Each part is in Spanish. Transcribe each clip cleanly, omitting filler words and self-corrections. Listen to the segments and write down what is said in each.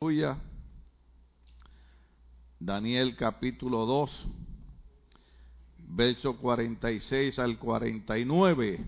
Aleluya. Daniel capítulo 2, verso 46 al 49.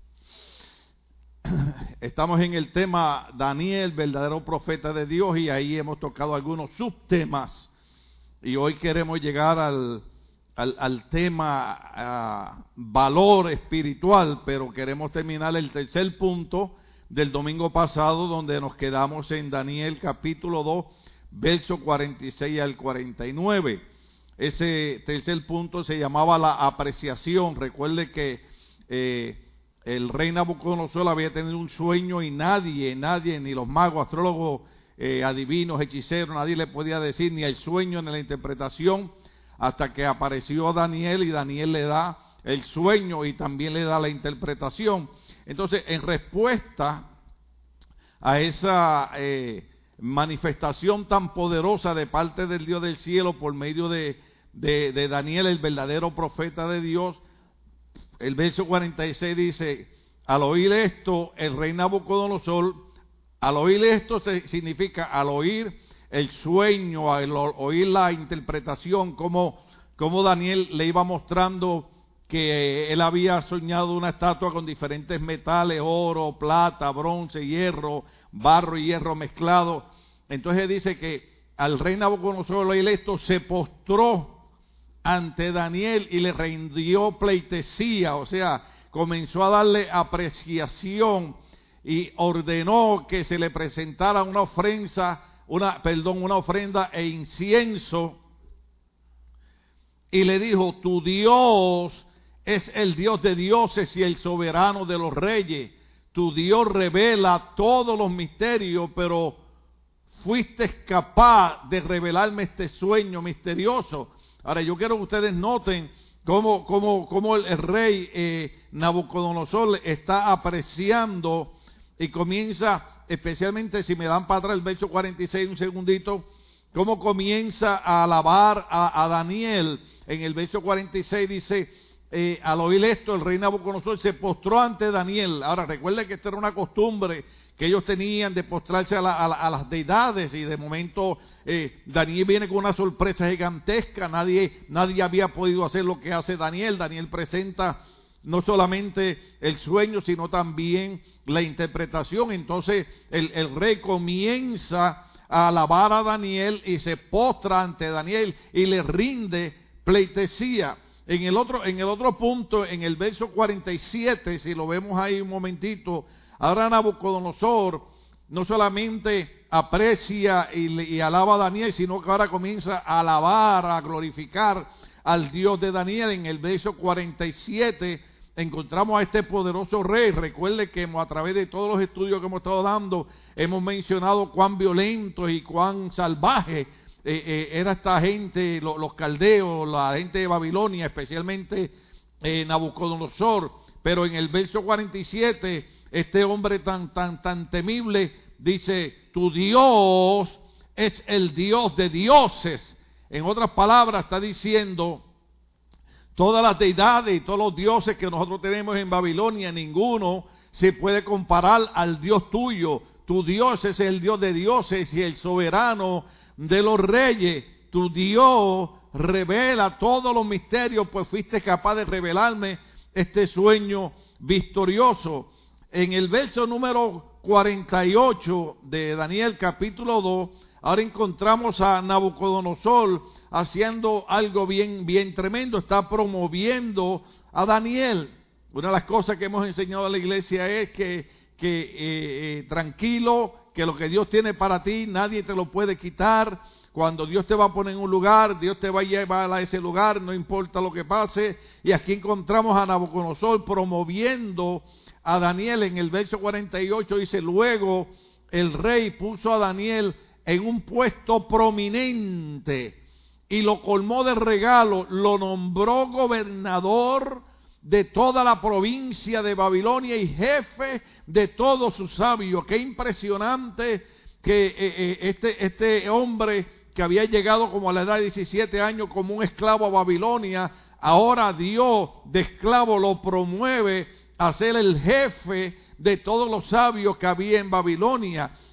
Estamos en el tema Daniel, verdadero profeta de Dios, y ahí hemos tocado algunos subtemas. Y hoy queremos llegar al tema valor espiritual, pero queremos terminar el tercer punto del domingo pasado, donde nos quedamos en Daniel capítulo 2, verso 46 al 49. Ese tercer punto se llamaba la apreciación. Recuerde que el rey Nabucodonosor había tenido un sueño y nadie, ni los magos, astrólogos, adivinos, hechiceros, nadie le podía decir ni el sueño ni la interpretación, hasta que apareció Daniel, y Daniel le da el sueño y también le da la interpretación. Entonces, en respuesta a esa manifestación tan poderosa de parte del Dios del cielo por medio de Daniel, el verdadero profeta de Dios, el verso 46 dice: al oír esto, el rey Nabucodonosor, al oír esto significa al oír el sueño, al oír la interpretación, como Daniel le iba mostrando que él había soñado una estatua con diferentes metales, oro, plata, bronce, hierro, barro y hierro mezclado. Entonces dice que al rey Nabucodonosor al oír esto se postró ante Daniel y le rindió pleitesía, o sea, comenzó a darle apreciación y ordenó que se le presentara una ofrenda e incienso, y le dijo: tu Dios es el Dios de dioses y el soberano de los reyes. Tu Dios revela todos los misterios, pero fuiste capaz de revelarme este sueño misterioso. Ahora, yo quiero que ustedes noten cómo el rey Nabucodonosor está apreciando, y comienza, especialmente si me dan para atrás el verso 46 un segundito, cómo comienza a alabar a Daniel. En el verso 46 dice: al oír esto, el rey Nabucodonosor se postró ante Daniel. Ahora, recuerden que esta era una costumbre que ellos tenían de postrarse a las deidades, y de momento Daniel viene con una sorpresa gigantesca. Nadie había podido hacer lo que hace Daniel. Daniel presenta no solamente el sueño, sino también la interpretación. Entonces el rey comienza a alabar a Daniel y se postra ante Daniel y le rinde pleitesía. En el otro punto, en el verso 47, si lo vemos ahí un momentito, ahora Nabucodonosor no solamente aprecia y alaba a Daniel, sino que ahora comienza a alabar, a glorificar al Dios de Daniel. En el verso 47 encontramos a este poderoso rey. Recuerde que a través de todos los estudios que hemos estado dando, hemos mencionado cuán violentos y cuán salvajes era esta gente, los caldeos, la gente de Babilonia, especialmente Nabucodonosor. Pero en el verso 47, este hombre tan temible dice: tu Dios es el Dios de dioses. En otras palabras, está diciendo: todas las deidades y todos los dioses que nosotros tenemos en Babilonia, ninguno se puede comparar al Dios tuyo. Tu Dios es el Dios de dioses y el soberano de los reyes. Tu Dios revela todos los misterios, pues fuiste capaz de revelarme este sueño victorioso. En el verso número 48 de Daniel capítulo 2, ahora encontramos a Nabucodonosor haciendo algo bien tremendo. Está promoviendo a Daniel. Una de las cosas que hemos enseñado a la iglesia es que tranquilo, que lo que Dios tiene para ti nadie te lo puede quitar. Cuando Dios te va a poner en un lugar, Dios te va a llevar a ese lugar, no importa lo que pase. Y aquí encontramos a Nabucodonosor promoviendo a Daniel. En el verso 48 dice: luego el rey puso a Daniel en un puesto prominente y lo colmó de regalo, lo nombró gobernador de toda la provincia de Babilonia y jefe de todos sus sabios. Qué impresionante que este hombre, que había llegado como a la edad de 17 años como un esclavo a Babilonia, ahora Dios de esclavo lo promueve a ser el jefe de todos los sabios que había en Babilonia.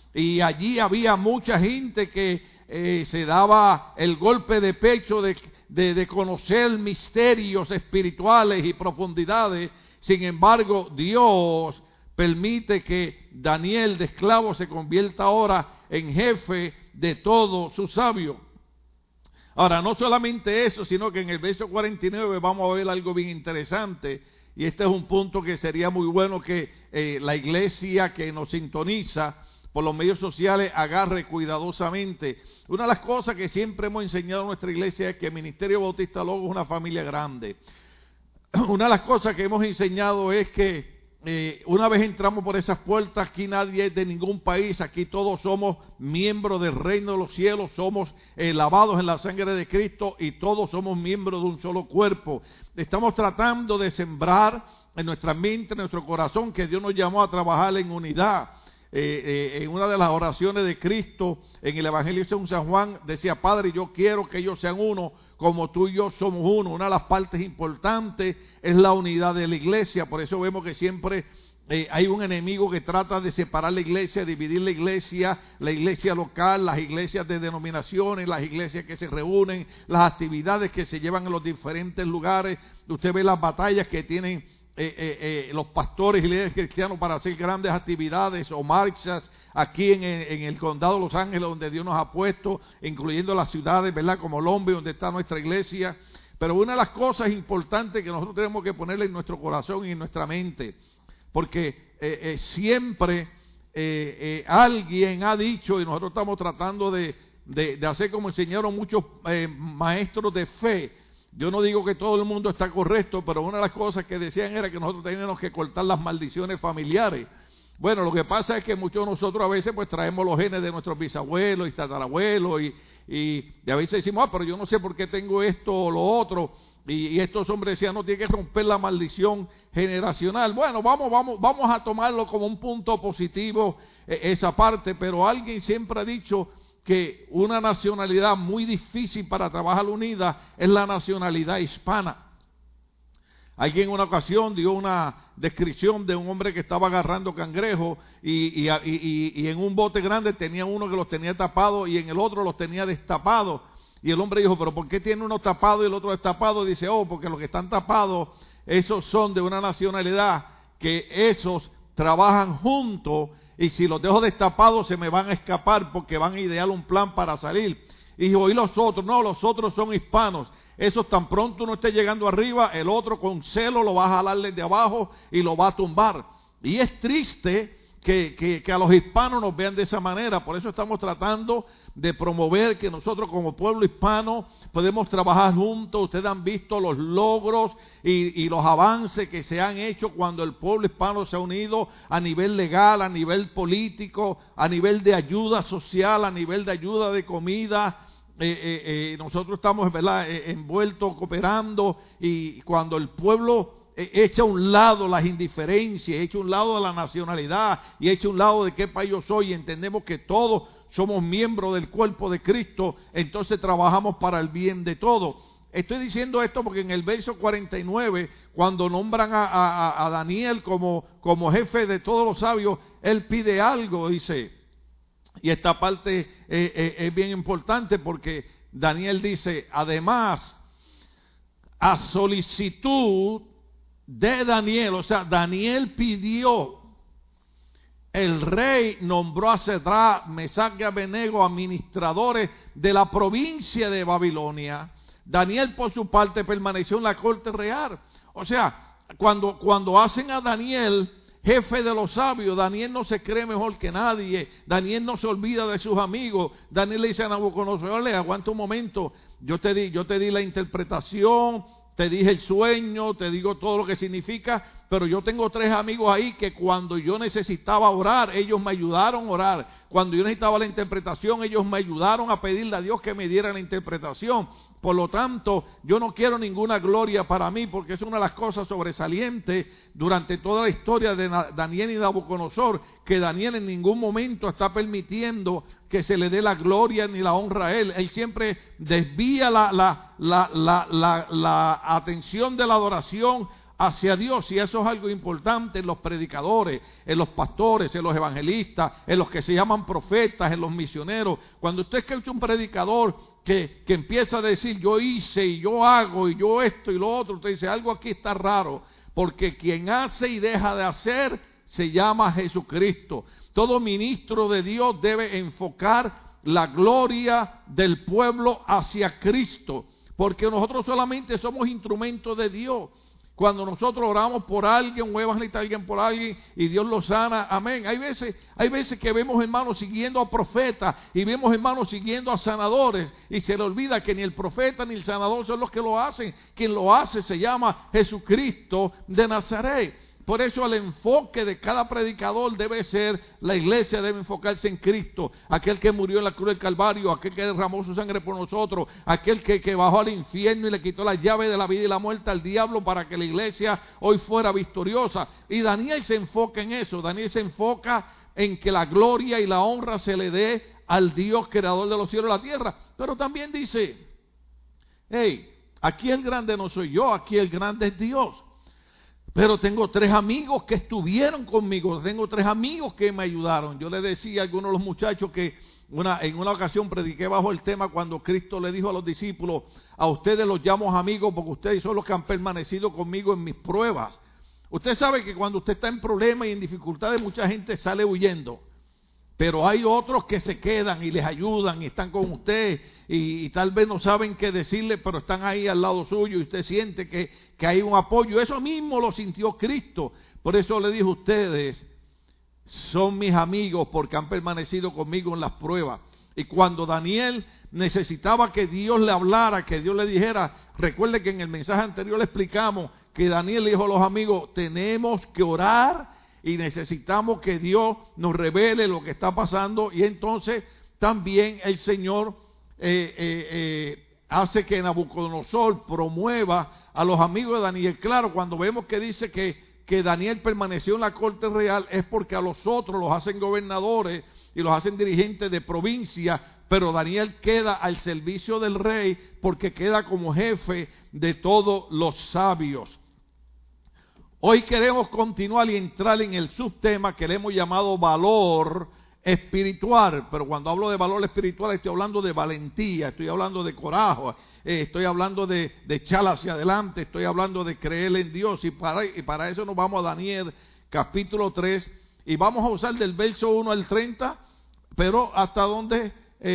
y allí había mucha gente que se daba el golpe de pecho de conocer misterios espirituales y profundidades. Sin embargo, Dios permite que Daniel de esclavo se convierta ahora en jefe de todos sus sabios. Ahora, no solamente eso, sino que en el verso 49 vamos a ver algo bien interesante, y este es un punto que sería muy bueno que la iglesia que nos sintoniza por los medios sociales agarre cuidadosamente. Una de las cosas que siempre hemos enseñado en nuestra iglesia es que el Ministerio Bautista Logos es una familia grande. Una de las cosas que hemos enseñado es que una vez entramos por esas puertas, aquí nadie es de ningún país, aquí todos somos miembros del reino de los cielos, somos lavados en la sangre de Cristo y todos somos miembros de un solo cuerpo. Estamos tratando de sembrar en nuestra mente, en nuestro corazón, que Dios nos llamó a trabajar en unidad. En una de las oraciones de Cristo en el Evangelio de San Juan decía: Padre, yo quiero que ellos sean uno como tú y yo somos uno. Una de las partes importantes es la unidad de la iglesia. Por eso vemos que siempre hay un enemigo que trata de separar la iglesia, dividir la iglesia local, las iglesias de denominaciones, las iglesias que se reúnen, las actividades que se llevan en los diferentes lugares. Usted ve las batallas que tienen los pastores y líderes cristianos para hacer grandes actividades o marchas aquí en el condado de Los Ángeles, donde Dios nos ha puesto, incluyendo las ciudades, ¿verdad?, como Lombe, donde está nuestra iglesia. Pero una de las cosas importantes que nosotros tenemos que ponerle en nuestro corazón y en nuestra mente, porque siempre alguien ha dicho, y nosotros estamos tratando de hacer como enseñaron muchos maestros de fe. Yo no digo que todo el mundo está correcto, pero una de las cosas que decían era que nosotros teníamos que cortar las maldiciones familiares. Bueno, lo que pasa es que muchos de nosotros a veces pues traemos los genes de nuestros bisabuelos y tatarabuelos y a veces decimos, pero yo no sé por qué tengo esto o lo otro. Y estos hombres decían, no, tiene que romper la maldición generacional. Bueno, vamos a tomarlo como un punto positivo esa parte, pero alguien siempre ha dicho que una nacionalidad muy difícil para trabajar unida es la nacionalidad hispana. Alguien en una ocasión dio una descripción de un hombre que estaba agarrando cangrejos y en un bote grande tenía uno que los tenía tapados y en el otro los tenía destapados. Y el hombre dijo, pero ¿por qué tiene uno tapado y el otro destapado? Y dice, porque los que están tapados, esos son de una nacionalidad que esos trabajan juntos, y si los dejo destapados se me van a escapar porque van a idear un plan para salir. Y dijo, ¿y los otros? No, los otros son hispanos. Esos tan pronto uno esté llegando arriba, el otro con celo lo va a jalar desde abajo y lo va a tumbar. Y es triste que a los hispanos nos vean de esa manera. Por eso estamos tratando de promover que nosotros como pueblo hispano podemos trabajar juntos. Ustedes han visto los logros y los avances que se han hecho cuando el pueblo hispano se ha unido a nivel legal, a nivel político, a nivel de ayuda social, a nivel de ayuda de comida. Nosotros estamos, ¿verdad?, envueltos, cooperando, y cuando el pueblo echa a un lado las indiferencias, echa a un lado la nacionalidad y echa a un lado de qué país yo soy, y entendemos que todos somos miembros del cuerpo de Cristo, entonces trabajamos para el bien de todos. Estoy diciendo esto porque en el verso 49, cuando nombran a Daniel como jefe de todos los sabios, él pide algo, dice, y esta parte es bien importante porque Daniel dice, además, a solicitud de Daniel, o sea, Daniel pidió, el rey nombró a Sadrach, Mesach y Abednego administradores de la provincia de Babilonia. Daniel por su parte permaneció en la corte real. O sea, cuando hacen a Daniel jefe de los sabios, Daniel no se cree mejor que nadie, Daniel no se olvida de sus amigos. Daniel le dice a Nabucodonosor, aguanta un momento, yo te di la interpretación, te dije el sueño, te digo todo lo que significa, pero yo tengo 3 amigos ahí que cuando yo necesitaba orar, ellos me ayudaron a orar. Cuando yo necesitaba la interpretación, ellos me ayudaron a pedirle a Dios que me diera la interpretación. Por lo tanto, yo no quiero ninguna gloria para mí, porque es una de las cosas sobresalientes durante toda la historia de Daniel y Nabucodonosor, que Daniel en ningún momento está permitiendo que se le dé la gloria ni la honra a él. Él siempre desvía la atención de la adoración hacia Dios, y eso es algo importante en los predicadores, en los pastores, en los evangelistas, en los que se llaman profetas, en los misioneros. Cuando usted escucha un predicador que empieza a decir yo hice y yo hago y yo esto y lo otro, usted dice algo aquí está raro, porque quien hace y deja de hacer se llama Jesucristo. Todo ministro de Dios debe enfocar la gloria del pueblo hacia Cristo, porque nosotros solamente somos instrumentos de Dios. Cuando nosotros oramos por alguien o evangelizamos a alguien por alguien y Dios lo sana, amén. Hay veces que vemos hermanos siguiendo a profetas y vemos hermanos siguiendo a sanadores y se le olvida que ni el profeta ni el sanador son los que lo hacen. Quien lo hace se llama Jesucristo de Nazaret. Por eso el enfoque de cada predicador debe ser, la iglesia debe enfocarse en Cristo, aquel que murió en la cruz del Calvario, aquel que derramó su sangre por nosotros, aquel que bajó al infierno y le quitó la llave de la vida y la muerte al diablo para que la iglesia hoy fuera victoriosa. Y Daniel se enfoca en eso, Daniel se enfoca en que la gloria y la honra se le dé al Dios creador de los cielos y la tierra. Pero también dice, hey, aquí el grande no soy yo, aquí el grande es Dios. Pero tengo 3 amigos que estuvieron conmigo, tengo 3 amigos que me ayudaron. Yo le decía a algunos de los muchachos que en una ocasión prediqué bajo el tema cuando Cristo le dijo a los discípulos, a ustedes los llamo amigos porque ustedes son los que han permanecido conmigo en mis pruebas. Usted sabe que cuando usted está en problemas y en dificultades, mucha gente sale huyendo. Pero hay otros que se quedan y les ayudan y están con usted y tal vez no saben qué decirle, pero están ahí al lado suyo y usted siente que hay un apoyo. Eso mismo lo sintió Cristo. Por eso le dijo a ustedes, son mis amigos porque han permanecido conmigo en las pruebas. Y cuando Daniel necesitaba que Dios le hablara, que Dios le dijera, recuerde que en el mensaje anterior le explicamos que Daniel le dijo a los amigos, tenemos que orar y necesitamos que Dios nos revele lo que está pasando. Y entonces también el Señor hace que Nabucodonosor promueva a los amigos de Daniel. Claro, cuando vemos que dice que Daniel permaneció en la corte real, es porque a los otros los hacen gobernadores y los hacen dirigentes de provincia, pero Daniel queda al servicio del rey porque queda como jefe de todos los sabios. Hoy queremos continuar y entrar en el subtema que le hemos llamado valor espiritual, pero cuando hablo de valor espiritual estoy hablando de valentía, estoy hablando de coraje, estoy hablando de echar hacia adelante, estoy hablando de creer en Dios, y para eso nos vamos a Daniel capítulo 3 y vamos a usar del verso 1 al 30, pero hasta donde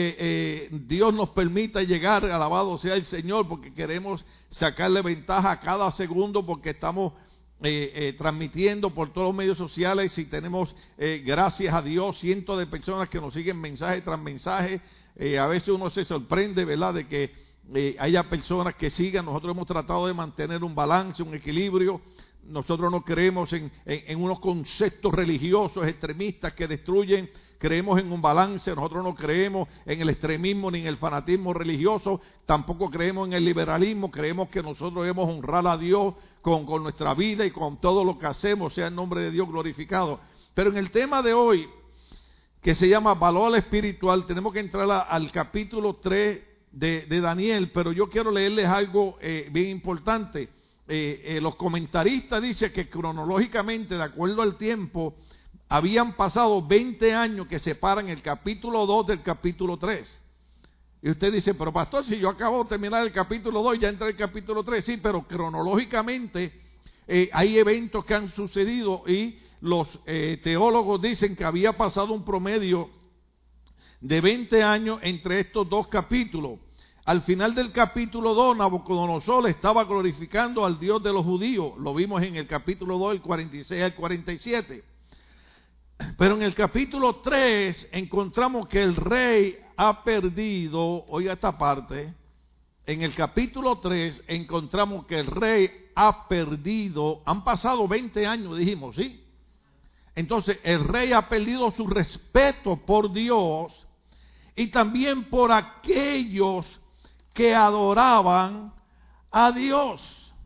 Dios nos permita llegar, alabado sea el Señor, porque queremos sacarle ventaja a cada segundo, porque estamos transmitiendo por todos los medios sociales y tenemos, gracias a Dios, cientos de personas que nos siguen mensaje tras mensaje. A veces uno se sorprende, ¿verdad?, de que haya personas que sigan. Nosotros hemos tratado de mantener un balance, un equilibrio. Nosotros no creemos en unos conceptos religiosos extremistas que destruyen. Creemos en un balance. Nosotros no creemos en el extremismo ni en el fanatismo religioso, tampoco creemos en el liberalismo. Creemos que nosotros debemos honrar a Dios con nuestra vida y con todo lo que hacemos, sea el nombre de Dios glorificado. Pero en el tema de hoy, que se llama valor espiritual, tenemos que entrar al capítulo 3 de Daniel, pero yo quiero leerles algo bien importante. Los comentaristas dicen que cronológicamente, de acuerdo al tiempo, habían pasado 20 años que separan el capítulo 2 del capítulo 3. Y usted dice, pero pastor, si yo acabo de terminar el capítulo 2, ya entré el capítulo 3. Sí, pero cronológicamente hay eventos que han sucedido y los teólogos dicen que había pasado un promedio de 20 años entre estos dos capítulos. Al final del capítulo 2, Nabucodonosor estaba glorificando al Dios de los judíos. Lo vimos en el capítulo 2, el 46 al 47. Pero en el capítulo 3 encontramos que el rey ha perdido, oiga esta parte, en el capítulo 3 encontramos que el rey ha perdido, han pasado 20 años, dijimos, ¿sí? Entonces el rey ha perdido su respeto por Dios y también por aquellos que adoraban a Dios.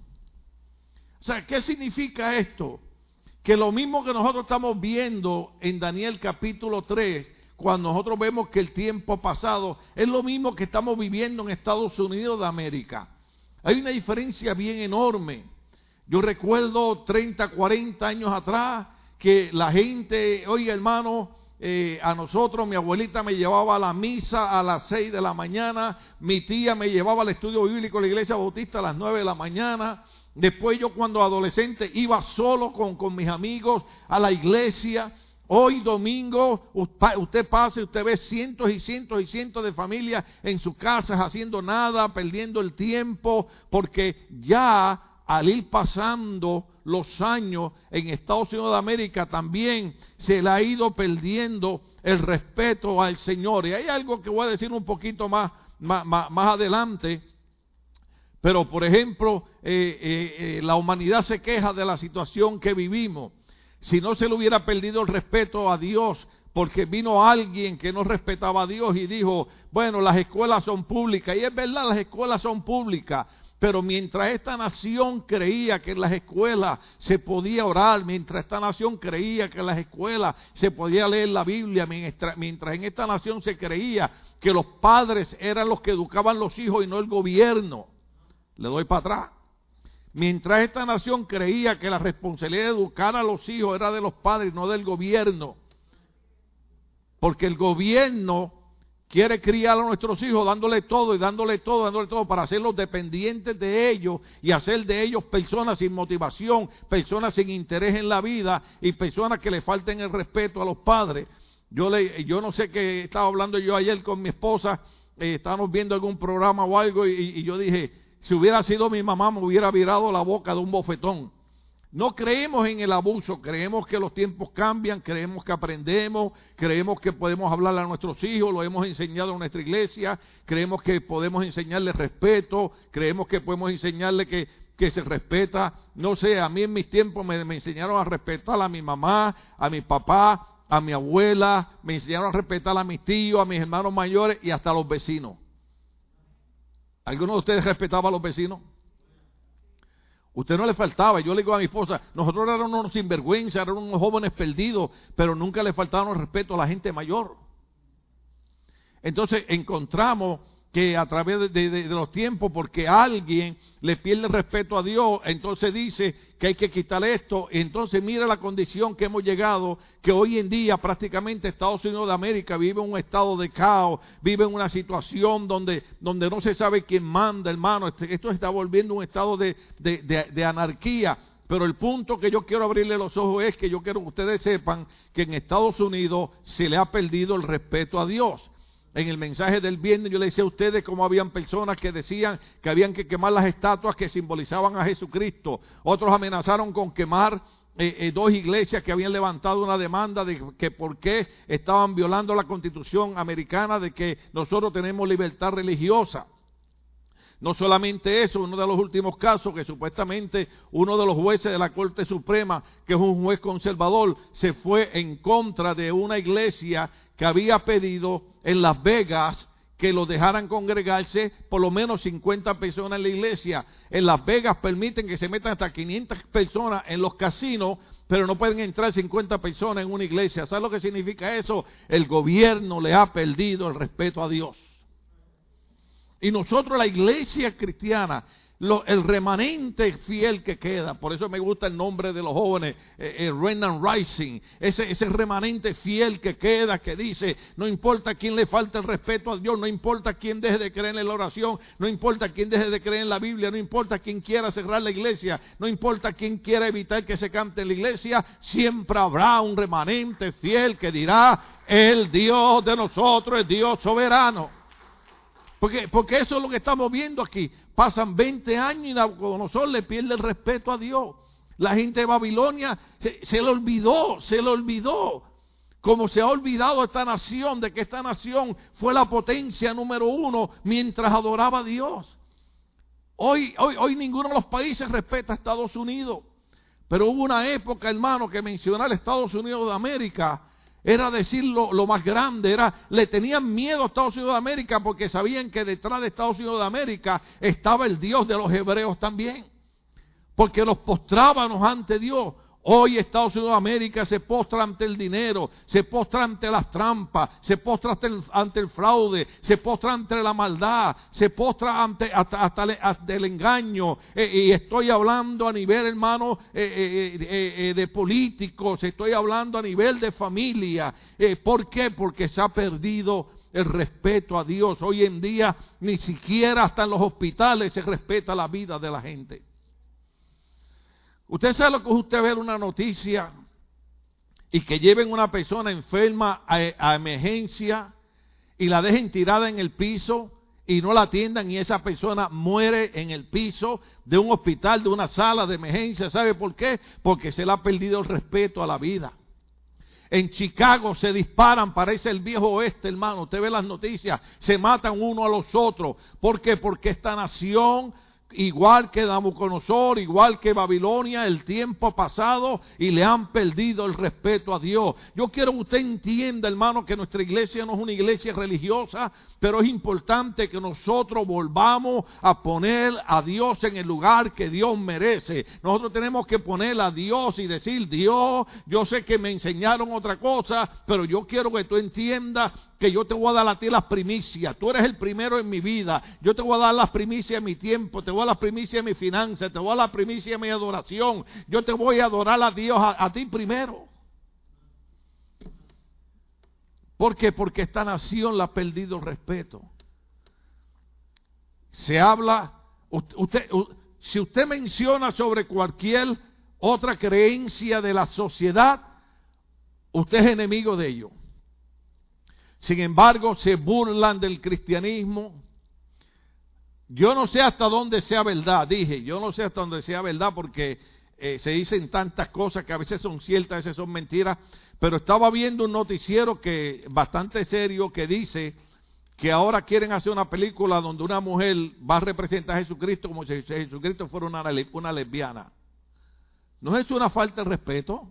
O sea, ¿qué significa esto? Que lo mismo que nosotros estamos viendo en Daniel capítulo 3, cuando nosotros vemos que el tiempo ha pasado, es lo mismo que estamos viviendo en Estados Unidos de América. Hay una diferencia bien enorme. Yo recuerdo 30, 40 años atrás que la gente, oiga hermano, a nosotros, mi abuelita me llevaba a la misa a las 6 de la mañana, mi tía me llevaba al estudio bíblico de la iglesia bautista a las 9 de la mañana. Después yo cuando adolescente iba solo con mis amigos a la iglesia. Hoy domingo usted pasa y usted ve cientos y cientos y cientos de familias en sus casas haciendo nada, perdiendo el tiempo, porque ya al ir pasando los años en Estados Unidos de América también se le ha ido perdiendo el respeto al Señor. Y hay algo que voy a decir un poquito más adelante. Pero por ejemplo, la humanidad se queja de la situación que vivimos. Si no se le hubiera perdido el respeto a Dios, porque vino alguien que no respetaba a Dios y dijo, bueno, las escuelas son públicas. Y es verdad, las escuelas son públicas. Pero mientras esta nación creía que en las escuelas se podía orar, mientras esta nación creía que en las escuelas se podía leer la Biblia, mientras en esta nación se creía que los padres eran los que educaban los hijos y no el gobierno. Le doy para atrás. Mientras esta nación creía que la responsabilidad de educar a los hijos era de los padres, no del gobierno. Porque el gobierno quiere criar a nuestros hijos dándole todo y dándole todo para hacerlos dependientes de ellos y hacer de ellos personas sin motivación, personas sin interés en la vida y personas que le falten el respeto a los padres. Yo no sé qué estaba hablando yo ayer con mi esposa, estábamos viendo algún programa o algo y yo dije, si hubiera sido mi mamá me hubiera virado la boca de un bofetón. No creemos en el abuso, creemos que los tiempos cambian, creemos que aprendemos, creemos que podemos hablarle a nuestros hijos, lo hemos enseñado en nuestra iglesia, creemos que podemos enseñarles respeto, creemos que podemos enseñarle que se respeta. No sé, a mí en mis tiempos me enseñaron a respetar a mi mamá, a mi papá, a mi abuela, me enseñaron a respetar a mis tíos, a mis hermanos mayores y hasta a los vecinos. ¿Alguno de ustedes respetaba a los vecinos? Usted no le faltaba. Yo le digo a mi esposa, nosotros éramos unos sinvergüenza, éramos unos jóvenes perdidos, pero nunca le faltaba el respeto a la gente mayor. Entonces encontramos que a través de los tiempos, porque alguien le pierde el respeto a Dios, entonces dice que hay que quitar esto. Entonces mira la condición que hemos llegado, que hoy en día prácticamente Estados Unidos de América vive en un estado de caos, vive en una situación donde no se sabe quién manda, hermano. Esto se está volviendo un estado de anarquía. Pero el punto que yo quiero abrirle los ojos es que yo quiero que ustedes sepan que en Estados Unidos se le ha perdido el respeto a Dios. En el mensaje del viernes yo le decía a ustedes cómo habían personas que decían que habían que quemar las estatuas que simbolizaban a Jesucristo. Otros amenazaron con quemar dos iglesias que habían levantado una demanda de que por qué estaban violando la Constitución americana, de que nosotros tenemos libertad religiosa. No solamente eso, uno de los últimos casos que supuestamente uno de los jueces de la Corte Suprema, que es un juez conservador, se fue en contra de una iglesia que había pedido en Las Vegas que lo dejaran congregarse por lo menos 50 personas en la iglesia. En Las Vegas permiten que se metan hasta 500 personas en los casinos, pero no pueden entrar 50 personas en una iglesia. ¿Sabes lo que significa eso? El gobierno le ha perdido el respeto a Dios. Y nosotros, la iglesia cristiana, el remanente fiel que queda, por eso me gusta el nombre de los jóvenes, Remnant Rising, ese remanente fiel que queda, que dice, no importa quién le falte el respeto a Dios, no importa quién deje de creer en la oración, no importa quién deje de creer en la Biblia, no importa quién quiera cerrar la iglesia, no importa quién quiera evitar que se cante en la iglesia, siempre habrá un remanente fiel que dirá, el Dios de nosotros es Dios soberano. Porque eso es lo que estamos viendo aquí. Pasan 20 años y Nabucodonosor le pierde el respeto a Dios. La gente de Babilonia se le olvidó. Como se ha olvidado esta nación, de que esta nación fue la potencia número 1 mientras adoraba a Dios. Hoy ninguno de los países respeta a Estados Unidos. Pero hubo una época, hermano, que mencionar a Estados Unidos de América era decir lo más grande, le tenían miedo a Estados Unidos de América porque sabían que detrás de Estados Unidos de América estaba el Dios de los hebreos también. Porque los postrábamos ante Dios. Hoy Estados Unidos de América se postra ante el dinero, se postra ante las trampas, se postra ante el fraude, se postra ante la maldad, se postra hasta el engaño. Y estoy hablando a nivel, hermano, de políticos, estoy hablando a nivel de familia. ¿Por qué? Porque se ha perdido el respeto a Dios. Hoy en día ni siquiera hasta en los hospitales se respeta la vida de la gente. Usted sabe lo que es usted ver una noticia y que lleven una persona enferma a emergencia y la dejen tirada en el piso y no la atiendan y esa persona muere en el piso de un hospital, de una sala de emergencia. ¿Sabe por qué? Porque se le ha perdido el respeto a la vida. En Chicago se disparan, parece el viejo oeste, hermano. Usted ve las noticias, se matan uno a los otros. ¿Por qué? Porque esta nación, igual que Nabucodonosor, igual que Babilonia, el tiempo ha pasado y le han perdido el respeto a Dios. Yo quiero que usted entienda, hermano, que nuestra iglesia no es una iglesia religiosa, pero es importante que nosotros volvamos a poner a Dios en el lugar que Dios merece. Nosotros tenemos que poner a Dios y decir: Dios, yo sé que me enseñaron otra cosa, pero yo quiero que tú entiendas que yo te voy a dar a ti las primicias. Tú eres el primero en mi vida. Yo te voy a dar las primicias de mi tiempo, te voy a dar las primicias de mi finanzas, te voy a dar las primicias de mi adoración. Yo te voy a adorar a Dios a ti primero. ¿Por qué? Porque esta nación le ha perdido el respeto. Se habla, si usted menciona sobre cualquier otra creencia de la sociedad, usted es enemigo de ello. Sin embargo, se burlan del cristianismo. Yo no sé hasta dónde sea verdad, yo no sé hasta dónde sea verdad porque se dicen tantas cosas que a veces son ciertas, a veces son mentiras. Pero estaba viendo un noticiero bastante serio que dice que ahora quieren hacer una película donde una mujer va a representar a Jesucristo como si Jesucristo fuera una lesbiana. ¿No es una falta de respeto?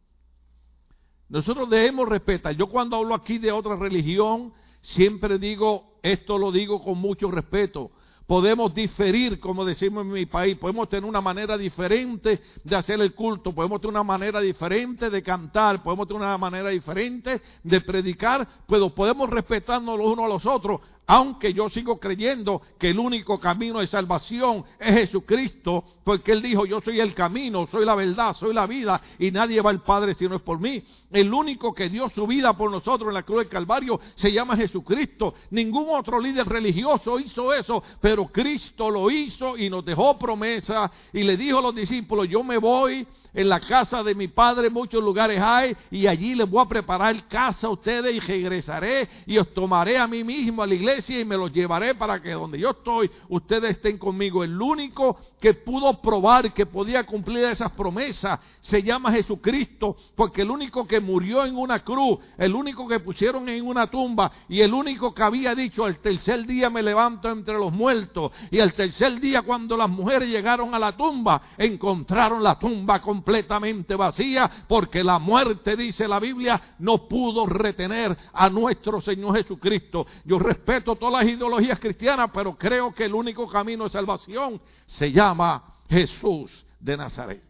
Nosotros debemos respetar. Yo cuando hablo aquí de otra religión, siempre digo, esto lo digo con mucho respeto. Podemos diferir, como decimos en mi país, podemos tener una manera diferente de hacer el culto, podemos tener una manera diferente de cantar, podemos tener una manera diferente de predicar, pero podemos respetarnos los unos a los otros, aunque yo sigo creyendo que el único camino de salvación es Jesucristo, porque Él dijo: yo soy el camino, soy la verdad, soy la vida, y nadie va al Padre si no es por mí. El único que dio su vida por nosotros en la cruz del Calvario se llama Jesucristo. Ningún otro líder religioso hizo eso, pero Cristo lo hizo y nos dejó promesa y le dijo a los discípulos: yo me voy, en la casa de mi Padre muchos lugares hay, y allí les voy a preparar casa a ustedes, y regresaré y os tomaré a mí mismo a la iglesia y me los llevaré para que donde yo estoy ustedes estén conmigo. El único que pudo probar que podía cumplir esas promesas se llama Jesucristo, porque el único que murió en una cruz, el único que pusieron en una tumba, y el único que había dicho: al tercer día me levanto entre los muertos, y al tercer día, cuando las mujeres llegaron a la tumba, encontraron la tumba completamente vacía, porque la muerte, dice la Biblia, no pudo retener a nuestro Señor Jesucristo. Yo respeto todas las ideologías cristianas, pero creo que el único camino de salvación se llama Jesús de Nazaret.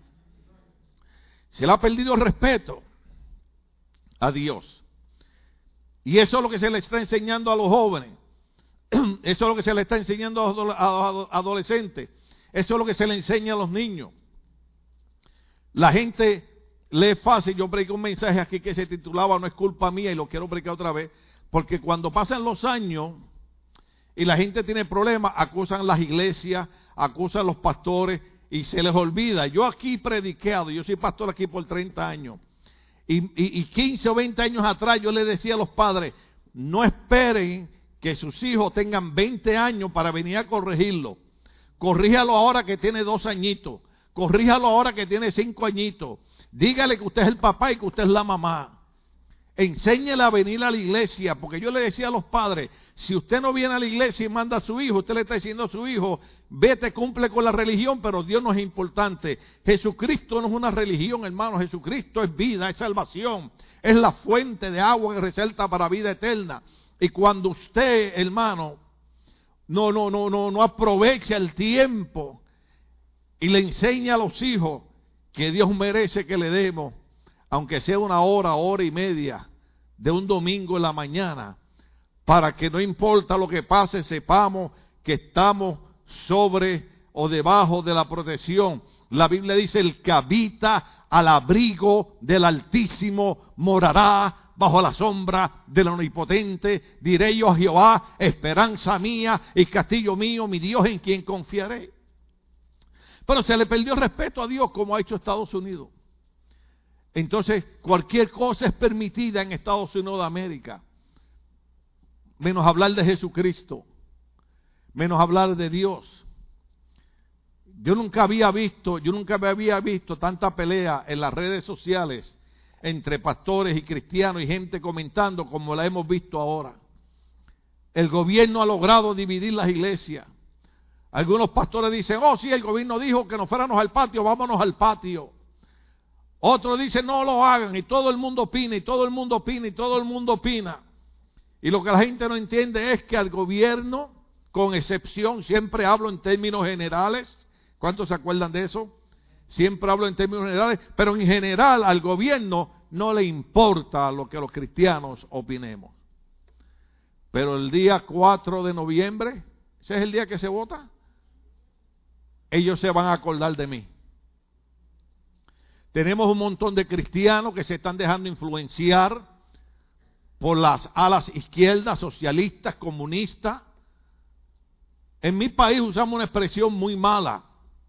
Se le ha perdido el respeto a Dios, y eso es lo que se le está enseñando a los jóvenes, eso es lo que se le está enseñando a los adolescentes, eso es lo que se le enseña a los niños. La gente lee fácil. Yo prediqué un mensaje aquí que se titulaba "No es culpa mía", y lo quiero predicar otra vez, porque cuando pasan los años y la gente tiene problemas, acusan las iglesias, acusan los pastores y se les olvida. Yo aquí predicado, yo soy pastor aquí por 30 años y 15 o 20 años atrás yo le decía a los padres: no esperen que sus hijos tengan 20 años para venir a corregirlo. Corríjalo ahora que tiene 2 añitos. Corríjalo ahora que tiene 5 añitos. Dígale que usted es el papá y que usted es la mamá. Enséñele a venir a la iglesia, porque yo le decía a los padres: si usted no viene a la iglesia y manda a su hijo, usted le está diciendo a su hijo: vete, cumple con la religión, pero Dios no es importante. Jesucristo no es una religión, hermano. Jesucristo es vida, es salvación, es la fuente de agua que resalta para vida eterna. Y cuando usted, hermano, no aprovecha el tiempo y le enseña a los hijos que Dios merece que le demos, aunque sea una hora, hora y media de un domingo en la mañana, para que no importa lo que pase, sepamos que estamos sobre o debajo de la protección. La Biblia dice: el que habita al abrigo del Altísimo morará bajo la sombra del Omnipotente. Diré yo a Jehová, esperanza mía y castillo mío, mi Dios en quien confiaré. Pero se le perdió respeto a Dios, como ha hecho Estados Unidos. Entonces, cualquier cosa es permitida en Estados Unidos de América, menos hablar de Jesucristo, menos hablar de Dios. Yo nunca había visto tanta pelea en las redes sociales entre pastores y cristianos y gente comentando como la hemos visto ahora. El gobierno ha logrado dividir las iglesias. Algunos pastores dicen: oh sí, el gobierno dijo que nos fuéramos al patio, vámonos al patio. Otros dicen: no lo hagan, y todo el mundo opina, y todo el mundo opina, y todo el mundo opina. Y lo que la gente no entiende es que al gobierno, con excepción, siempre hablo en términos generales. ¿Cuántos se acuerdan de eso? Siempre hablo en términos generales, pero en general al gobierno no le importa lo que los cristianos opinemos. Pero el día 4 de noviembre, ese es el día que se vota, ellos se van a acordar de mí. Tenemos un montón de cristianos que se están dejando influenciar por las alas izquierdas, socialistas, comunistas. En mi país usamos una expresión muy mala: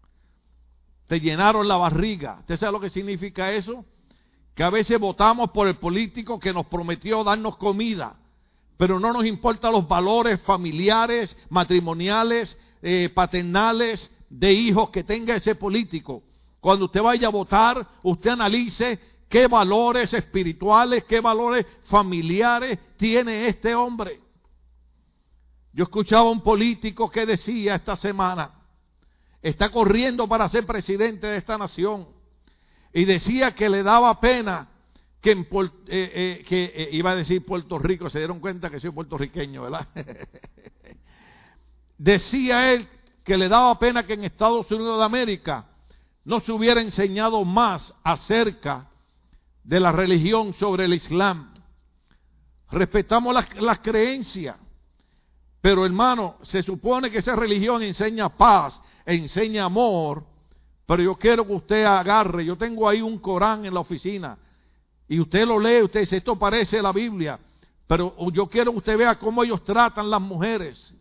te llenaron la barriga. ¿Usted sabe lo que significa eso? Que a veces votamos por el político que nos prometió darnos comida, pero no nos importan los valores familiares, matrimoniales, paternales, de hijos que tenga ese político. Cuando usted vaya a votar, usted analice qué valores espirituales, qué valores familiares tiene este hombre. Yo escuchaba a un político que decía esta semana, está corriendo para ser presidente de esta nación, y decía que le daba pena que iba a decir Puerto Rico, se dieron cuenta que soy puertorriqueño, ¿verdad? Decía él que le daba pena que en Estados Unidos de América no se hubiera enseñado más acerca de la religión sobre el Islam. Respetamos las creencias, pero hermano, se supone que esa religión enseña paz, enseña amor, pero yo quiero que usted agarre, yo tengo ahí un Corán en la oficina, y usted lo lee, usted dice: esto parece la Biblia, pero yo quiero que usted vea cómo ellos tratan las mujeres.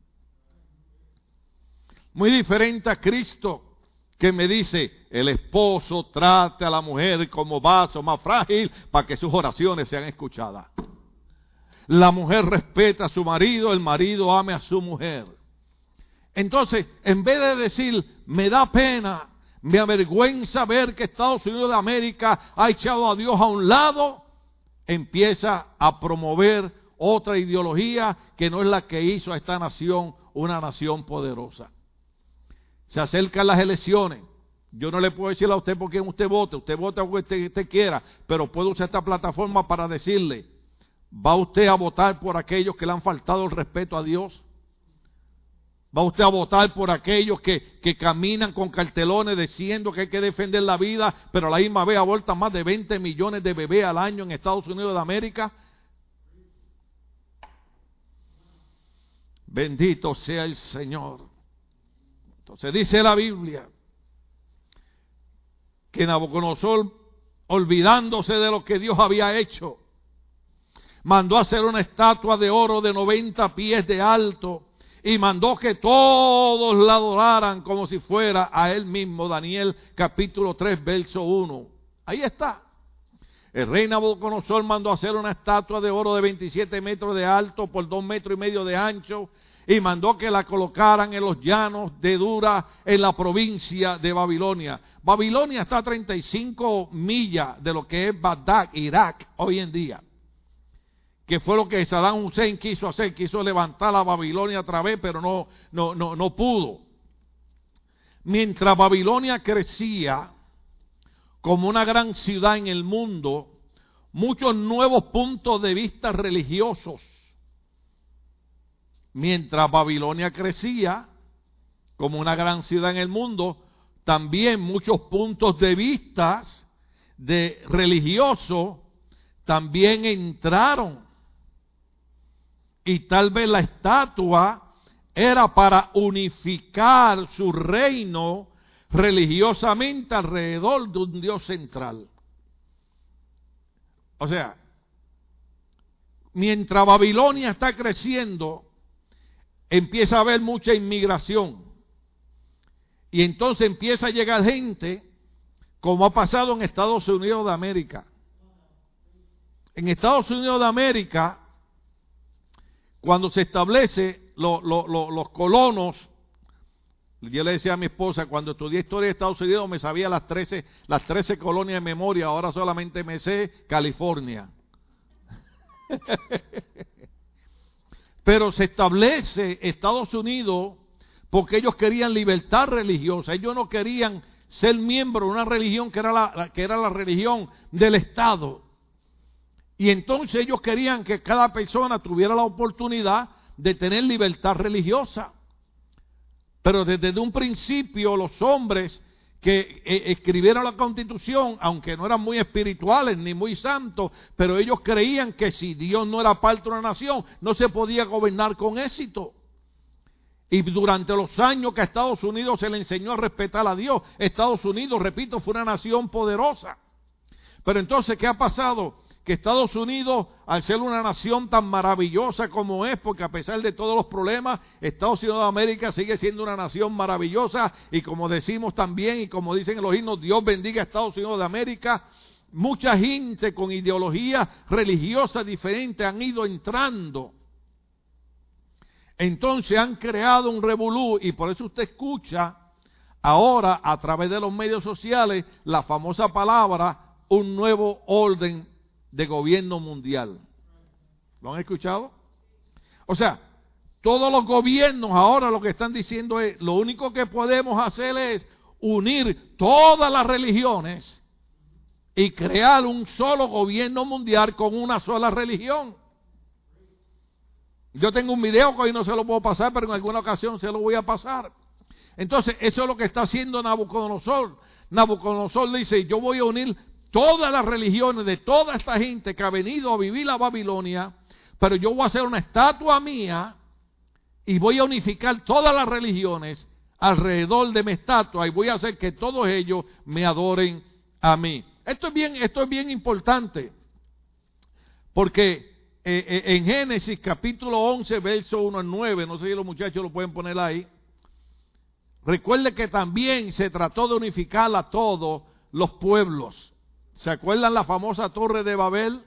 Muy diferente a Cristo, que me dice: el esposo trate a la mujer como vaso más frágil para que sus oraciones sean escuchadas. La mujer respeta a su marido, el marido ame a su mujer. Entonces, en vez de decir: me da pena, me avergüenza ver que Estados Unidos de América ha echado a Dios a un lado, empieza a promover otra ideología que no es la que hizo a esta nación una nación poderosa. Se acercan las elecciones. Yo no le puedo decir a usted por quién usted vota por quien usted quiera, pero puedo usar esta plataforma para decirle: ¿va usted a votar por aquellos que le han faltado el respeto a Dios? ¿Va usted a votar por aquellos que caminan con cartelones diciendo que hay que defender la vida, pero a la misma vez abortan más de 20 millones de bebés al año en Estados Unidos de América? Bendito sea el Señor. Entonces dice la Biblia que Nabucodonosor, olvidándose de lo que Dios había hecho, mandó hacer una estatua de oro de 90 pies de alto y mandó que todos la adoraran como si fuera a él mismo. Daniel capítulo 3 verso 1. Ahí está. El rey Nabucodonosor mandó hacer una estatua de oro de 27 metros de alto por 2 metros y medio de ancho, y mandó que la colocaran en los llanos de Dura, en la provincia de Babilonia. Babilonia está a 35 millas de lo que es Bagdad, Irak, hoy en día. Que fue lo que Saddam Hussein quiso hacer, quiso levantar a Babilonia otra vez, pero no pudo. Mientras Babilonia crecía como una gran ciudad en el mundo, muchos nuevos puntos de vista religiosos. Mientras Babilonia crecía como una gran ciudad en el mundo, también muchos puntos de vista de religiosos también entraron. Y tal vez la estatua era para unificar su reino religiosamente alrededor de un Dios central. O sea, mientras Babilonia está creciendo, empieza a haber mucha inmigración. Y entonces empieza a llegar gente, como ha pasado en Estados Unidos de América. En Estados Unidos de América, cuando se establece los colonos, yo le decía a mi esposa, cuando estudié historia de Estados Unidos me sabía las 13 colonias de memoria, ahora solamente me sé California. Pero se establece Estados Unidos porque ellos querían libertad religiosa. Ellos no querían ser miembros de una religión que era la religión del Estado. Y entonces ellos querían que cada persona tuviera la oportunidad de tener libertad religiosa. Pero desde un principio los hombres que escribieron la Constitución, aunque no eran muy espirituales ni muy santos, pero ellos creían que si Dios no era parte de una nación, no se podía gobernar con éxito. Y durante los años que a Estados Unidos se le enseñó a respetar a Dios, Estados Unidos, repito, fue una nación poderosa. Pero entonces, ¿qué ha pasado? Que Estados Unidos, al ser una nación tan maravillosa como es, porque a pesar de todos los problemas, Estados Unidos de América sigue siendo una nación maravillosa, y como decimos también, y como dicen los himnos, Dios bendiga a Estados Unidos de América. Mucha gente con ideologías religiosas diferentes han ido entrando. Entonces han creado un revolú, y por eso usted escucha ahora a través de los medios sociales la famosa palabra, un nuevo orden de gobierno mundial. ¿Lo han escuchado? O sea, todos los gobiernos ahora lo que están diciendo es, lo único que podemos hacer es unir todas las religiones y crear un solo gobierno mundial con una sola religión. Yo tengo un video que hoy no se lo puedo pasar, pero en alguna ocasión se lo voy a pasar. Entonces, eso es lo que está haciendo Nabucodonosor. Nabucodonosor dice, yo voy a unir todas las religiones de toda esta gente que ha venido a vivir a Babilonia, pero yo voy a hacer una estatua mía y voy a unificar todas las religiones alrededor de mi estatua y voy a hacer que todos ellos me adoren a mí. Esto es bien importante, porque en Génesis capítulo 11, verso 1 al 9, no sé si los muchachos lo pueden poner ahí, recuerde que también se trató de unificar a todos los pueblos. ¿Se acuerdan la famosa Torre de Babel?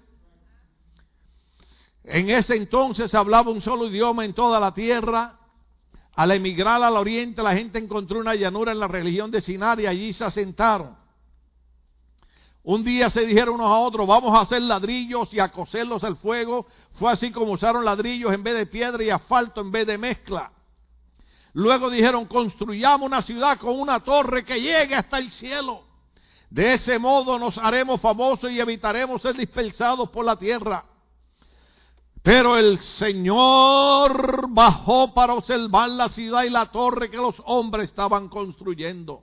En ese entonces se hablaba un solo idioma en toda la tierra. Al emigrar al oriente, la gente encontró una llanura en la región de Sinar y allí se asentaron. Un día se dijeron unos a otros, vamos a hacer ladrillos y a cocerlos al fuego. Fue así como usaron ladrillos en vez de piedra y asfalto en vez de mezcla. Luego dijeron, construyamos una ciudad con una torre que llegue hasta el cielo. De ese modo nos haremos famosos y evitaremos ser dispersados por la tierra. Pero el Señor bajó para observar la ciudad y la torre que los hombres estaban construyendo.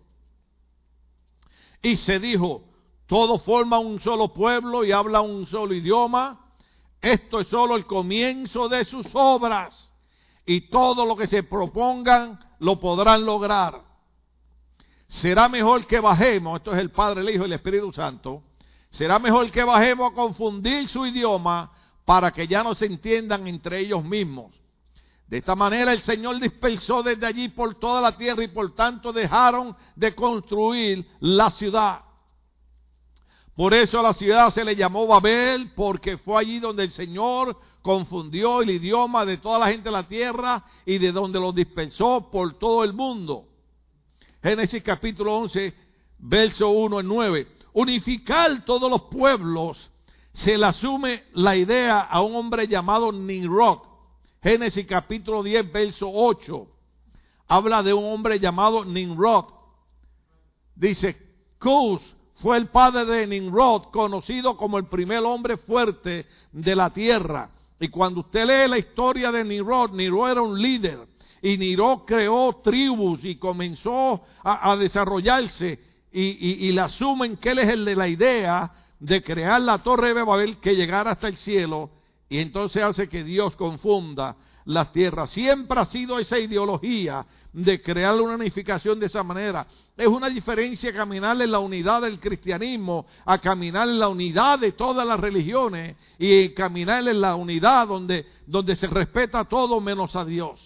Y se dijo, todos forman un solo pueblo y hablan un solo idioma. Esto es solo el comienzo de sus obras. Y todo lo que se propongan lo podrán lograr. Será mejor que bajemos, esto es el Padre, el Hijo y el Espíritu Santo, será mejor que bajemos a confundir su idioma para que ya no se entiendan entre ellos mismos. De esta manera el Señor dispersó desde allí por toda la tierra y por tanto dejaron de construir la ciudad. Por eso a la ciudad se le llamó Babel, porque fue allí donde el Señor confundió el idioma de toda la gente de la tierra y de donde los dispersó por todo el mundo. Génesis capítulo 11, verso 1 al 9. Unificar todos los pueblos, se le asume la idea a un hombre llamado Nimrod. Génesis capítulo 10, verso 8. Habla de un hombre llamado Nimrod. Dice, Cus fue el padre de Nimrod, conocido como el primer hombre fuerte de la tierra. Y cuando usted lee la historia de Nimrod, Nimrod era un líder. Y Niro creó tribus y comenzó a desarrollarse y le asumen que él es el de la idea de crear la torre de Babel que llegara hasta el cielo, y entonces hace que Dios confunda las tierras. Siempre ha sido esa ideología de crear una unificación de esa manera. Es una diferencia caminar en la unidad del cristianismo a caminar en la unidad de todas las religiones y caminar en la unidad donde se respeta a todo menos a Dios.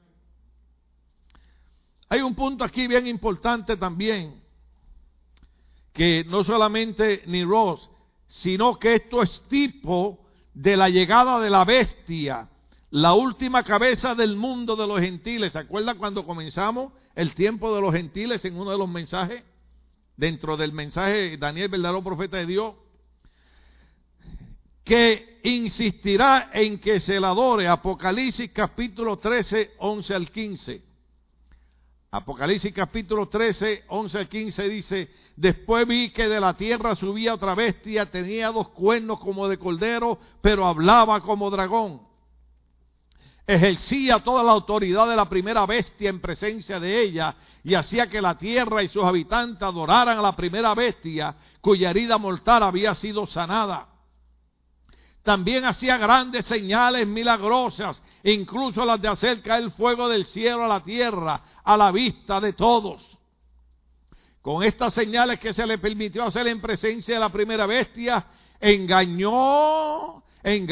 Hay un punto aquí bien importante también, que no solamente Niro, sino que esto es tipo de la llegada de la bestia, la última cabeza del mundo de los gentiles. ¿Se acuerdan cuando comenzamos el tiempo de los gentiles en uno de los mensajes? Dentro del mensaje Daniel, verdadero profeta de Dios, que insistirá en que se le adore. Apocalipsis capítulo 13, 11 al 15. Apocalipsis capítulo 13, 11 al 15 dice: después vi que de la tierra subía otra bestia, tenía 2 cuernos como de cordero, pero hablaba como dragón. Ejercía toda la autoridad de la primera bestia en presencia de ella, y hacía que la tierra y sus habitantes adoraran a la primera bestia, cuya herida mortal había sido sanada. También hacía grandes señales milagrosas, incluso las de hacer caer fuego del cielo a la tierra, a la vista de todos. Con estas señales que se le permitió hacer en presencia de la primera bestia, engañó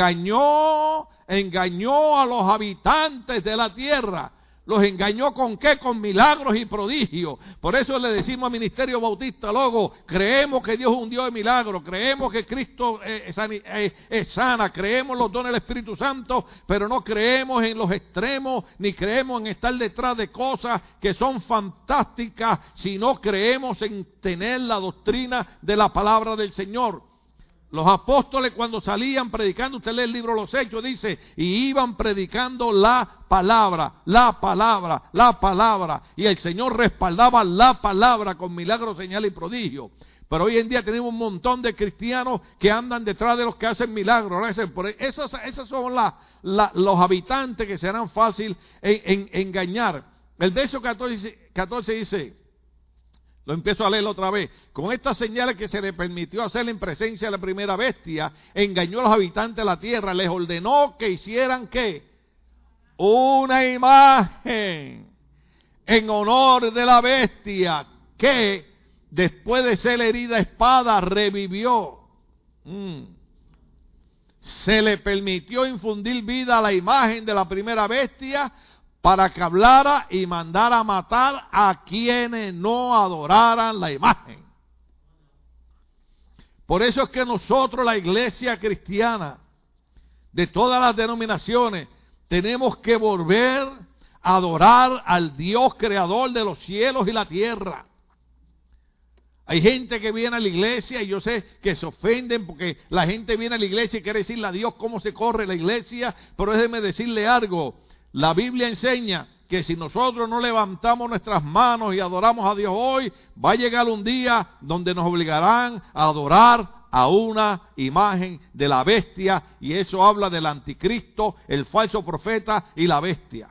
a los habitantes de la tierra. ¿Los engañó con qué? Con milagros y prodigios. Por eso le decimos al Ministerio Bautista Logo: creemos que Dios es un Dios de milagros, creemos que Cristo es sana, creemos en los dones del Espíritu Santo, pero no creemos en los extremos, ni creemos en estar detrás de cosas que son fantásticas, sino creemos en tener la doctrina de la palabra del Señor. Los apóstoles, cuando salían predicando, usted lee el libro de los Hechos, dice, y iban predicando la palabra, y el Señor respaldaba la palabra con milagros, señales y prodigios. Pero hoy en día tenemos un montón de cristianos que andan detrás de los que hacen milagros. Esos son los habitantes que serán fácil en engañar. El verso 14 dice, lo empiezo a leer otra vez: con estas señales que se le permitió hacer en presencia de la primera bestia, engañó a los habitantes de la tierra, les ordenó que hicieran ¿qué? Una imagen en honor de la bestia, que después de ser herida a espada revivió. Se le permitió infundir vida a la imagen de la primera bestia, para que hablara y mandara matar a quienes no adoraran la imagen. Por eso es que nosotros, la iglesia cristiana, de todas las denominaciones, tenemos que volver a adorar al Dios creador de los cielos y la tierra. Hay gente que viene a la iglesia y yo sé que se ofenden porque la gente viene a la iglesia y quiere decirle a Dios cómo se corre la iglesia, pero déjeme decirle algo. La Biblia enseña que si nosotros no levantamos nuestras manos y adoramos a Dios hoy, va a llegar un día donde nos obligarán a adorar a una imagen de la bestia, y eso habla del anticristo, el falso profeta y la bestia.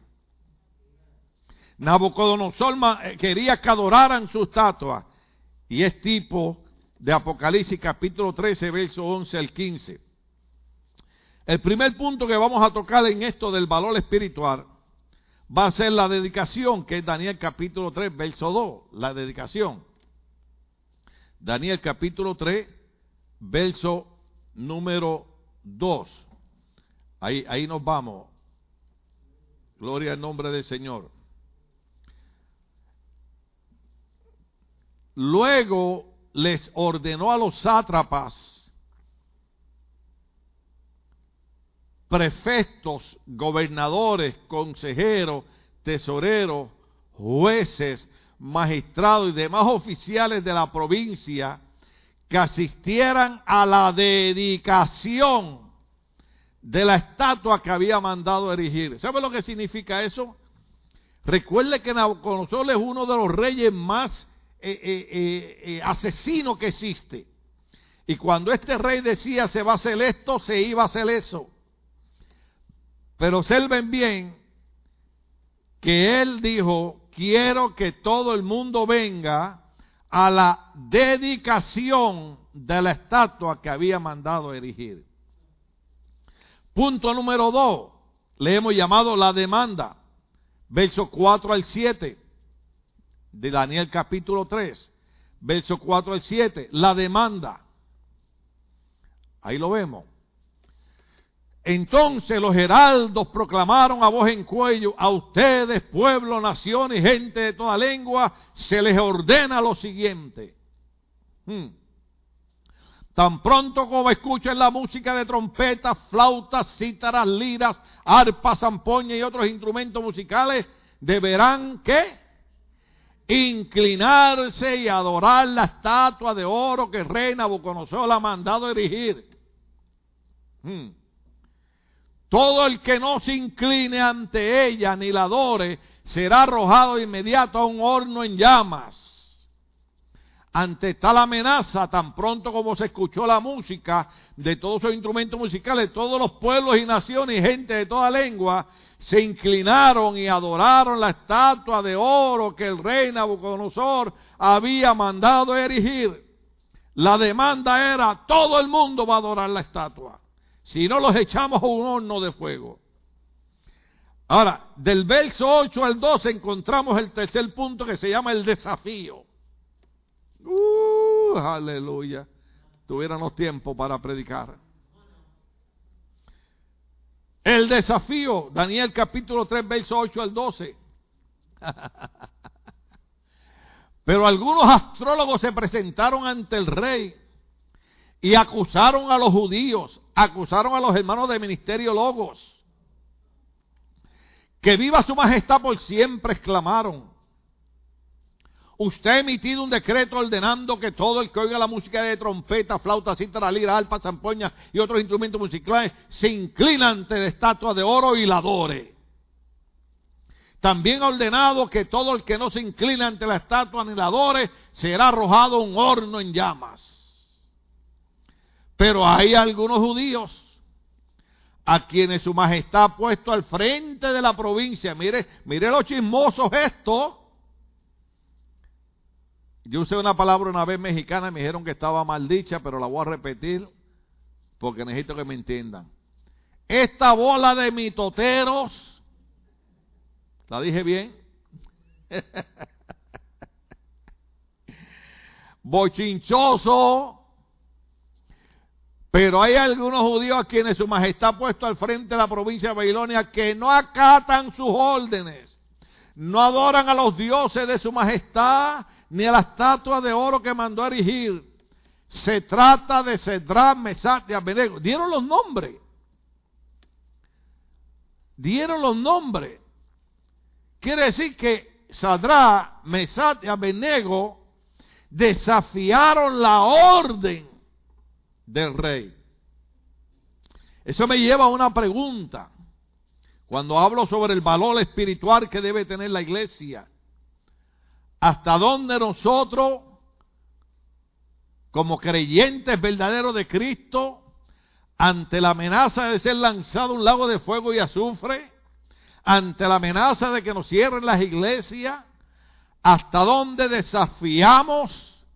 Nabucodonosor quería que adoraran su estatua, y es tipo de Apocalipsis capítulo 13, verso 11 al 15. El primer punto que vamos a tocar en esto del valor espiritual va a ser la dedicación, que es Daniel capítulo 3, verso 2, la dedicación. Daniel capítulo 3, verso número 2. Ahí nos vamos. Gloria al nombre del Señor. Luego les ordenó a los sátrapas, prefectos, gobernadores, consejeros, tesoreros, jueces, magistrados y demás oficiales de la provincia que asistieran a la dedicación de la estatua que había mandado erigir. ¿Sabe lo que significa eso? Recuerde que Nabucodonosor es uno de los reyes más asesinos que existe. Y cuando este rey decía se va a hacer esto, se iba a hacer eso. Pero observen bien que él dijo, quiero que todo el mundo venga a la dedicación de la estatua que había mandado erigir. Punto número 2, le hemos llamado la demanda. Versos 4 al 7 de Daniel capítulo 3, versos 4 al 7, la demanda. Ahí lo vemos. Entonces los heraldos proclamaron a voz en cuello: a ustedes, pueblo, nación y gente de toda lengua, se les ordena lo siguiente. Tan pronto como escuchen la música de trompetas, flautas, cítaras, liras, arpas, zampoñas y otros instrumentos musicales, deberán, ¿qué? Inclinarse y adorar la estatua de oro que el rey Nabucodonosor ha mandado erigir. Todo el que no se incline ante ella ni la adore será arrojado de inmediato a un horno en llamas. Ante tal amenaza, tan pronto como se escuchó la música de todos esos instrumentos musicales, todos los pueblos y naciones y gente de toda lengua se inclinaron y adoraron la estatua de oro que el rey Nabucodonosor había mandado erigir. La demanda era: todo el mundo va a adorar la estatua, si no los echamos a un horno de fuego. Ahora, del verso 8 al 12 encontramos el tercer punto, que se llama el desafío. Aleluya. Tuviéramos tiempo para predicar. El desafío, Daniel capítulo 3, verso 8 al 12. Pero algunos astrólogos se presentaron ante el rey y acusaron a los judíos, acusaron a los hermanos de Ministerio Logos. Que viva su majestad por siempre, exclamaron. Usted ha emitido un decreto ordenando que todo el que oiga la música de trompeta, flauta, cítara, lira, arpa, zampoña y otros instrumentos musicales se inclina ante la estatua de oro y la adore. También ha ordenado que todo el que no se incline ante la estatua ni la adore será arrojado a un horno en llamas. Pero hay algunos judíos a quienes su majestad ha puesto al frente de la provincia. Mire lo chismosos esto. Yo usé una palabra una vez mexicana y me dijeron que estaba mal dicha, pero la voy a repetir porque necesito que me entiendan. Esta bola de mitoteros, ¿la dije bien? Bochinchoso. Pero hay algunos judíos a quienes su majestad ha puesto al frente de la provincia de Babilonia que no acatan sus órdenes, no adoran a los dioses de su majestad, ni a la estatua de oro que mandó erigir. Se trata de Sadrach, Mesach y Abednego. Dieron los nombres. Quiere decir que Sadrach, Mesach y Abednego desafiaron la orden del rey. Eso me lleva a una pregunta. Cuando hablo sobre el valor espiritual que debe tener la iglesia, ¿hasta dónde nosotros, como creyentes verdaderos de Cristo, ante la amenaza de ser lanzado a un lago de fuego y azufre, ante la amenaza de que nos cierren las iglesias, hasta dónde desafiamos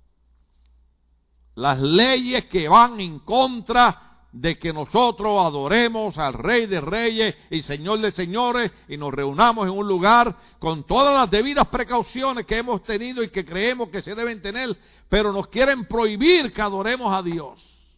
las leyes que van en contra de que nosotros adoremos al Rey de Reyes y Señor de Señores y nos reunamos en un lugar con todas las debidas precauciones que hemos tenido y que creemos que se deben tener, pero nos quieren prohibir que adoremos a Dios?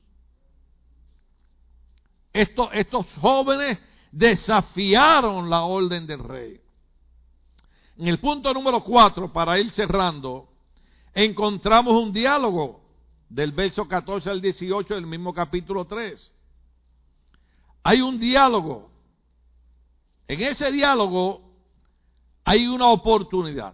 Estos jóvenes desafiaron la orden del rey. En el punto número 4, para ir cerrando, encontramos un diálogo del verso 14 al 18 del mismo capítulo 3. Hay un diálogo. En ese diálogo hay una oportunidad.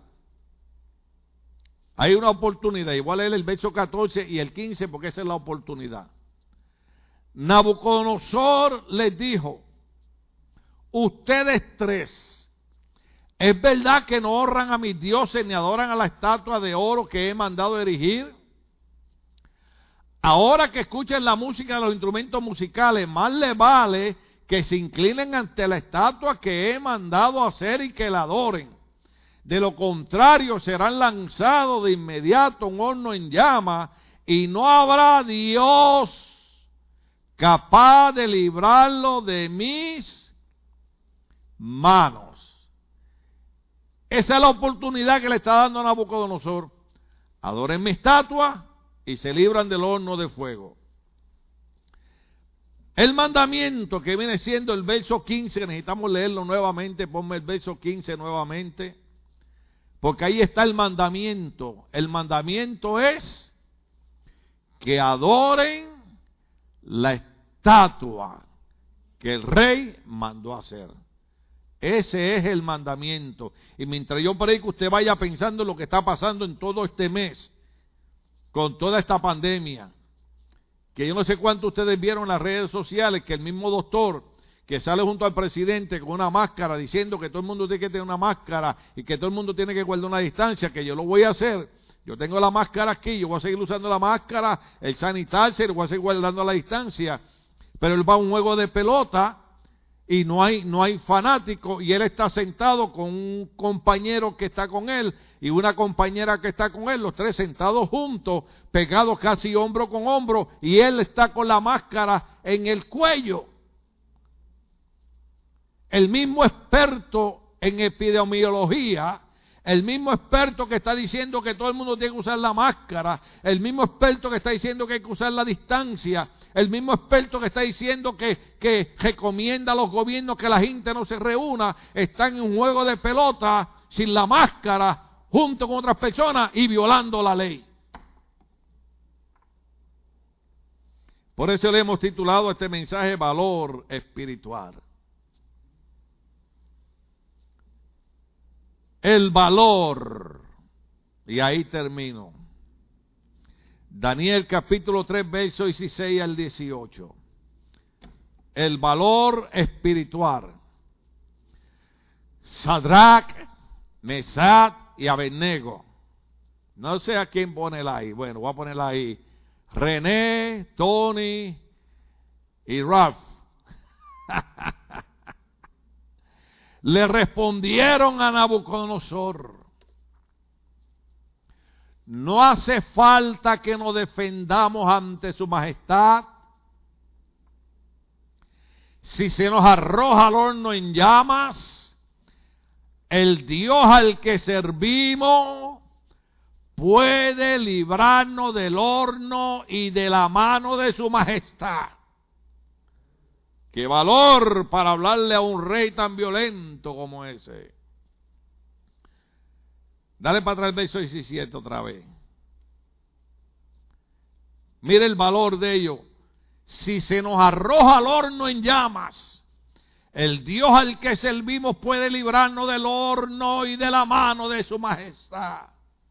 Hay una oportunidad. Y voy a leer el verso 14 y el 15 porque esa es la oportunidad. Nabucodonosor les dijo: ustedes tres, ¿es verdad que no honran a mis dioses ni adoran a la estatua de oro que he mandado erigir? Ahora que escuchen la música de los instrumentos musicales, más les vale que se inclinen ante la estatua que he mandado hacer y que la adoren. De lo contrario serán lanzados de inmediato a un horno en llama, y no habrá Dios capaz de librarlo de mis manos. Esa es la oportunidad que le está dando a Nabucodonosor. Adoren mi estatua y se libran del horno de fuego. El mandamiento que viene siendo el verso 15, necesitamos leerlo nuevamente, ponme el verso 15 nuevamente, porque ahí está el mandamiento. El mandamiento es que adoren la estatua que el rey mandó hacer. Ese es el mandamiento. Y mientras yo predico, usted vaya pensando en lo que está pasando en todo este mes, con toda esta pandemia. Que yo no sé cuánto ustedes vieron en las redes sociales, que el mismo doctor que sale junto al presidente con una máscara diciendo que todo el mundo tiene que tener una máscara y que todo el mundo tiene que guardar una distancia, que yo lo voy a hacer. Yo tengo la máscara aquí, yo voy a seguir usando la máscara, el sanitizer, voy a seguir guardando la distancia. Pero él va a un juego de pelota y no hay fanático, y él está sentado con un compañero que está con él y una compañera que está con él, los tres sentados juntos, pegados casi hombro con hombro, y él está con la máscara en el cuello. El mismo experto en epidemiología, el mismo experto que está diciendo que todo el mundo tiene que usar la máscara, el mismo experto que está diciendo que hay que usar la distancia, el mismo experto que está diciendo que recomienda a los gobiernos que la gente no se reúna, están en un juego de pelota sin la máscara, junto con otras personas y violando la ley. Por eso le hemos titulado a este mensaje Valor Espiritual. El valor, y ahí termino. Daniel capítulo 3, versos 16 al 18. El valor espiritual. Sadrach, Mesach y Abednego. No sé a quién ponerla ahí. Bueno, voy a ponerla ahí. René, Tony y Ralph. Le respondieron a Nabucodonosor: no hace falta que nos defendamos ante su majestad. Si se nos arroja al horno en llamas, el Dios al que servimos puede librarnos del horno y de la mano de su majestad. ¡Qué valor para hablarle a un rey tan violento como ese! Dale para atrás el verso 17 otra vez. Mire el valor de ello. Si se nos arroja al horno en llamas, el Dios al que servimos puede librarnos del horno y de la mano de su majestad.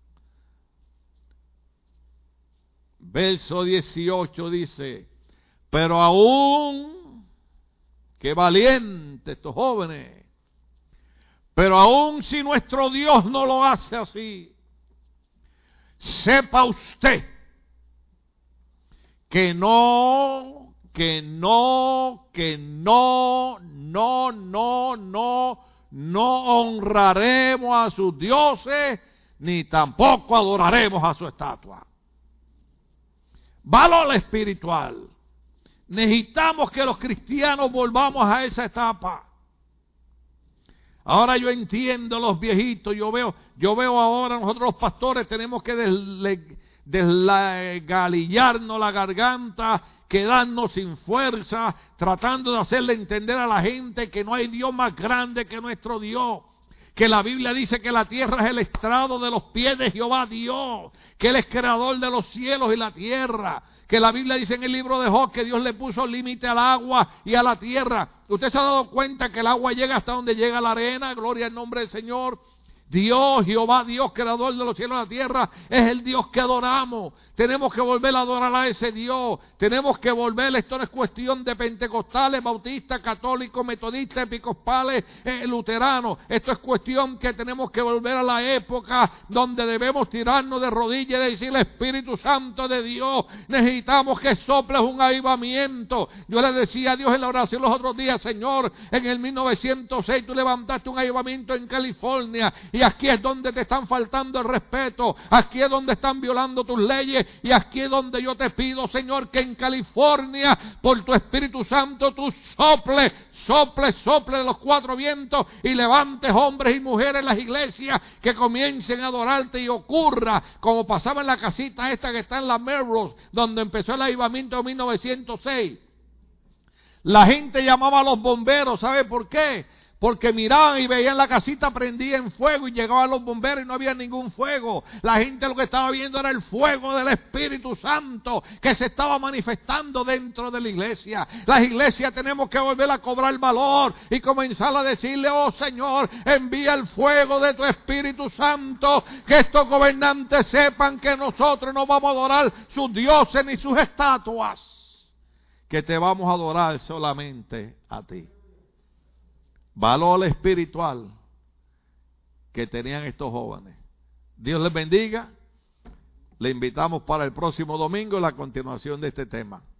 Verso 18 dice: pero aún, qué valientes estos jóvenes, pero aún si nuestro Dios no lo hace así, sepa usted que no honraremos a sus dioses, ni tampoco adoraremos a su estatua. Valor espiritual. Necesitamos que los cristianos volvamos a esa etapa. Ahora yo entiendo a los viejitos, yo veo ahora nosotros los pastores tenemos que desgalillarnos la garganta, quedarnos sin fuerza, tratando de hacerle entender a la gente que no hay Dios más grande que nuestro Dios. Que la Biblia dice que la tierra es el estrado de los pies de Jehová Dios, que Él es creador de los cielos y la tierra, que la Biblia dice en el libro de Job que Dios le puso límite al agua y a la tierra. ¿Usted se ha dado cuenta que el agua llega hasta donde llega la arena? Gloria al nombre del Señor. Dios, Jehová, Dios, creador de los cielos y la tierra, es el Dios que adoramos. Tenemos que volver a adorar a ese Dios. Tenemos que volver, esto no es cuestión de pentecostales, bautistas, católicos, metodistas, episcopales, luteranos. Esto es cuestión que tenemos que volver a la época donde debemos tirarnos de rodillas y decirle, Espíritu Santo de Dios, necesitamos que soples un avivamiento. Yo le decía a Dios en la oración los otros días, Señor, en el 1906 tú levantaste un avivamiento en California y aquí es donde te están faltando el respeto, aquí es donde están violando tus leyes y aquí es donde yo te pido, Señor, que en California por tu Espíritu Santo tú sople de los cuatro vientos y levantes hombres y mujeres en las iglesias que comiencen a adorarte y ocurra como pasaba en la casita esta que está en la Melrose, donde empezó el avivamiento en 1906. La gente llamaba a los bomberos, ¿sabe por qué? Porque miraban y veían la casita prendida en fuego y llegaban los bomberos y no había ningún fuego. La gente lo que estaba viendo era el fuego del Espíritu Santo que se estaba manifestando dentro de la iglesia. Las iglesias tenemos que volver a cobrar valor y comenzar a decirle, oh Señor, envía el fuego de tu Espíritu Santo, que estos gobernantes sepan que nosotros no vamos a adorar sus dioses ni sus estatuas, que te vamos a adorar solamente a ti. Valor espiritual que tenían estos jóvenes. Dios les bendiga. Le invitamos para el próximo domingo la continuación de este tema.